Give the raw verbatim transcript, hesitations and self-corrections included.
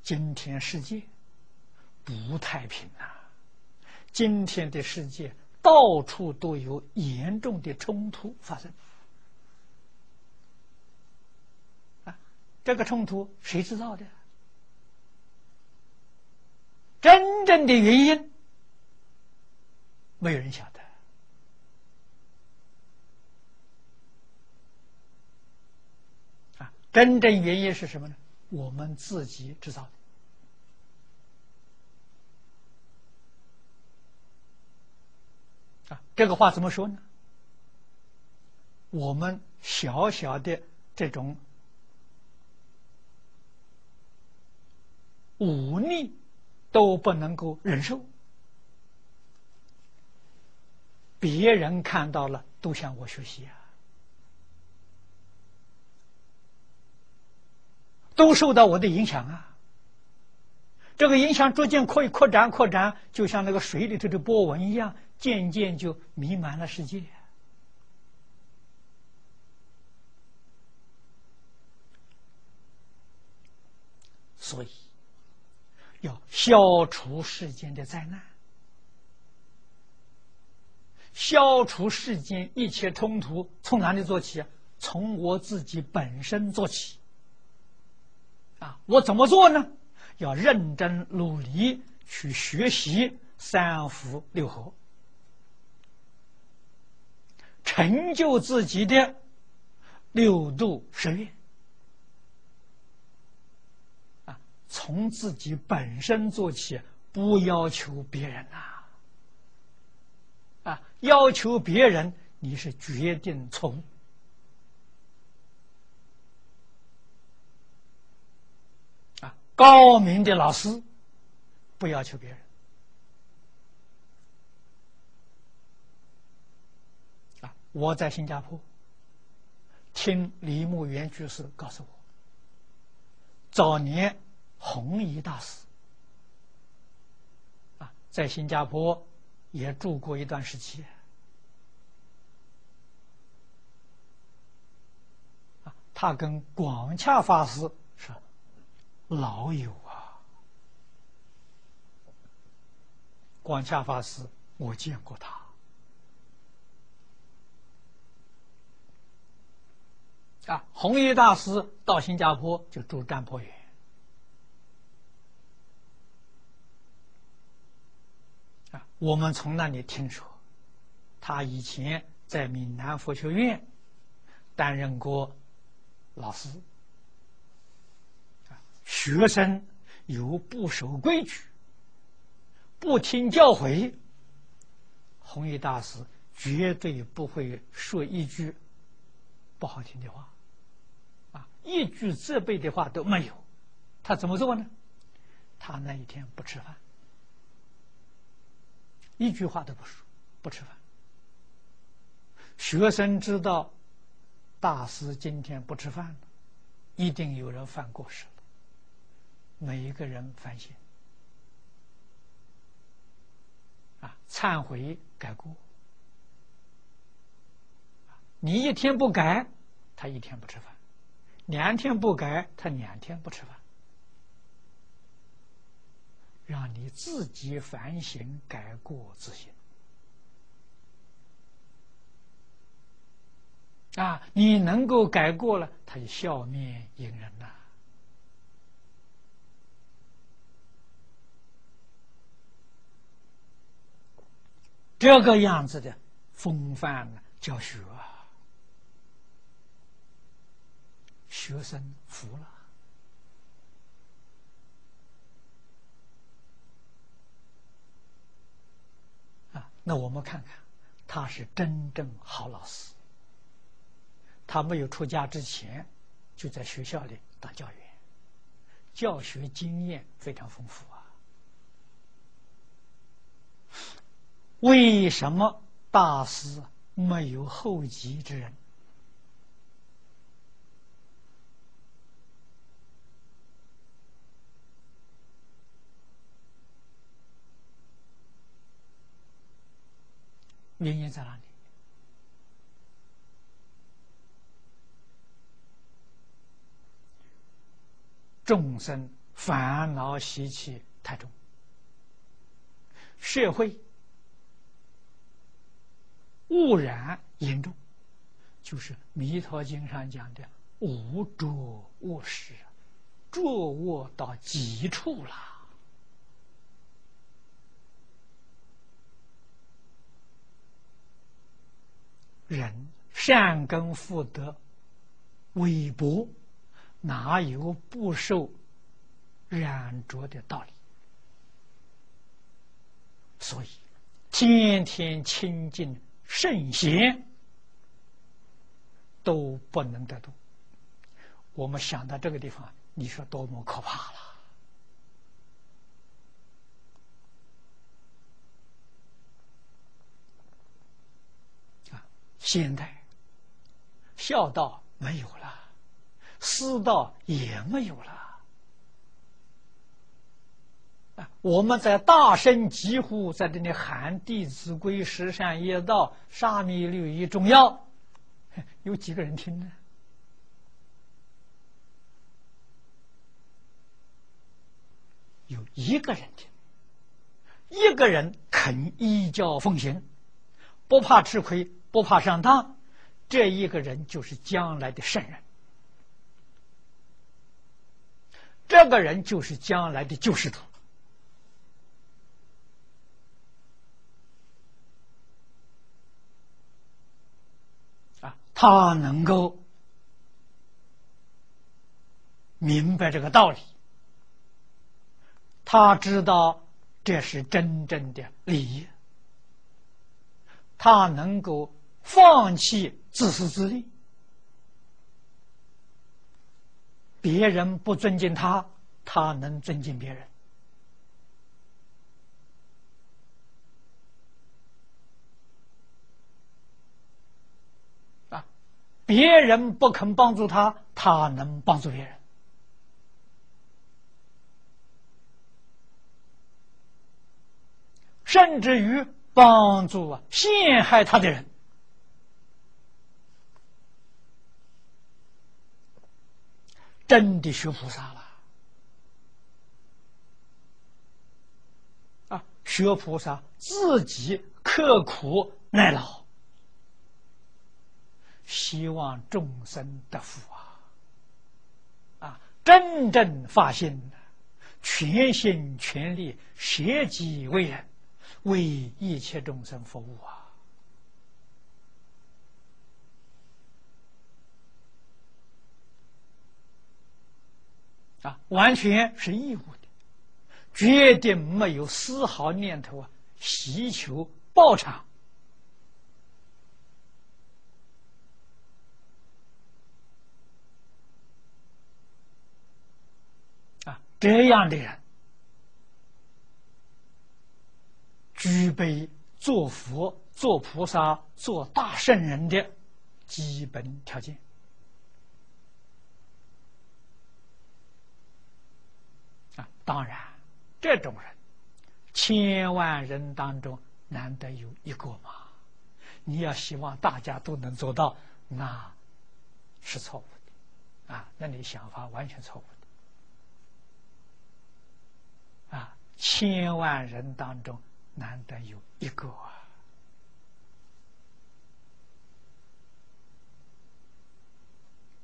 今天世界不太平啊！今天的世界到处都有严重的冲突发生啊！这个冲突谁知道的？真正的原因没有人晓得啊！真正原因是什么呢？我们自己知道的啊！这个话怎么说呢？我们小小的这种忤逆都不能够忍受，别人看到了都向我学习啊，都受到我的影响啊。这个影响逐渐可以扩展扩展，就像那个水里头的波纹一样，渐渐就弥漫了世界。所以要消除世间的灾难，消除世间一切冲突，从哪里做起？从我自己本身做起。啊，我怎么做呢？要认真努力去学习三福六合，成就自己的六度十愿。啊，从自己本身做起，不要求别人呐。啊，要求别人，你是决定错误。啊，高明的老师不要求别人。啊，我在新加坡听李牧原居士告诉我，早年弘一大师啊，在新加坡也住过一段时期。啊，他跟广洽法师是老友啊。广洽法师我见过他。啊，弘一大师到新加坡就住占婆园。啊，我们从那里听说，他以前在闽南佛学院担任过老师。啊，学生有不守规矩、不听教诲，弘一大师绝对不会说一句不好听的话。啊，一句责备的话都没有。他怎么做呢？他那一天不吃饭，一句话都不说，不吃饭。学生知道大师今天不吃饭了，一定有人犯过失了，每一个人反省，啊，忏悔改过。你一天不改，他一天不吃饭；两天不改，他两天不吃饭。让你自己反省改过自新。啊，你能够改过了，他就笑面迎人呐。这个样子的风范呢，叫学啊，学生服了。啊，那我们看看，他是真正好老师。他没有出家之前，就在学校里当教员，教学经验非常丰富啊。为什么大师没有后继之人？原因在哪里？众生烦恼习气太重，社会污染严重，就是《弥陀经》上讲的无着恶事，着恶到极处了。人善根福德微薄，哪有不受染着的道理？所以天天亲近圣贤都不能得度。我们想到这个地方，你说多么可怕了！啊，现代孝道没有了，私道也没有了。啊，我们在大声疾呼，在这里喊《弟子规》《十善业道》《沙弥律仪》重要，有几个人听呢？有一个人听，一个人肯依教奉行，不怕吃亏，不怕上当，这一个人就是将来的圣人，这个人就是将来的救世主。啊，他能够明白这个道理，他知道这是真正的利益，他能够放弃自私自利，别人不尊敬他，他能尊敬别人。啊，别人不肯帮助他，他能帮助别人。甚至于帮助啊陷害他的人。真的学菩萨了啊！学菩萨自己刻苦耐劳，希望众生得福啊！啊，真正发心，全心全力舍己为人，为一切众生服务啊！啊，完全是义务的，决定没有丝毫念头啊，希求报偿。啊，这样的人具备做佛、做菩萨、做大圣人的基本条件。啊，当然，这种人，千万人当中难得有一个嘛。你要希望大家都能做到，那是错误的，啊，那你想法完全错误的。啊，千万人当中难得有一个啊。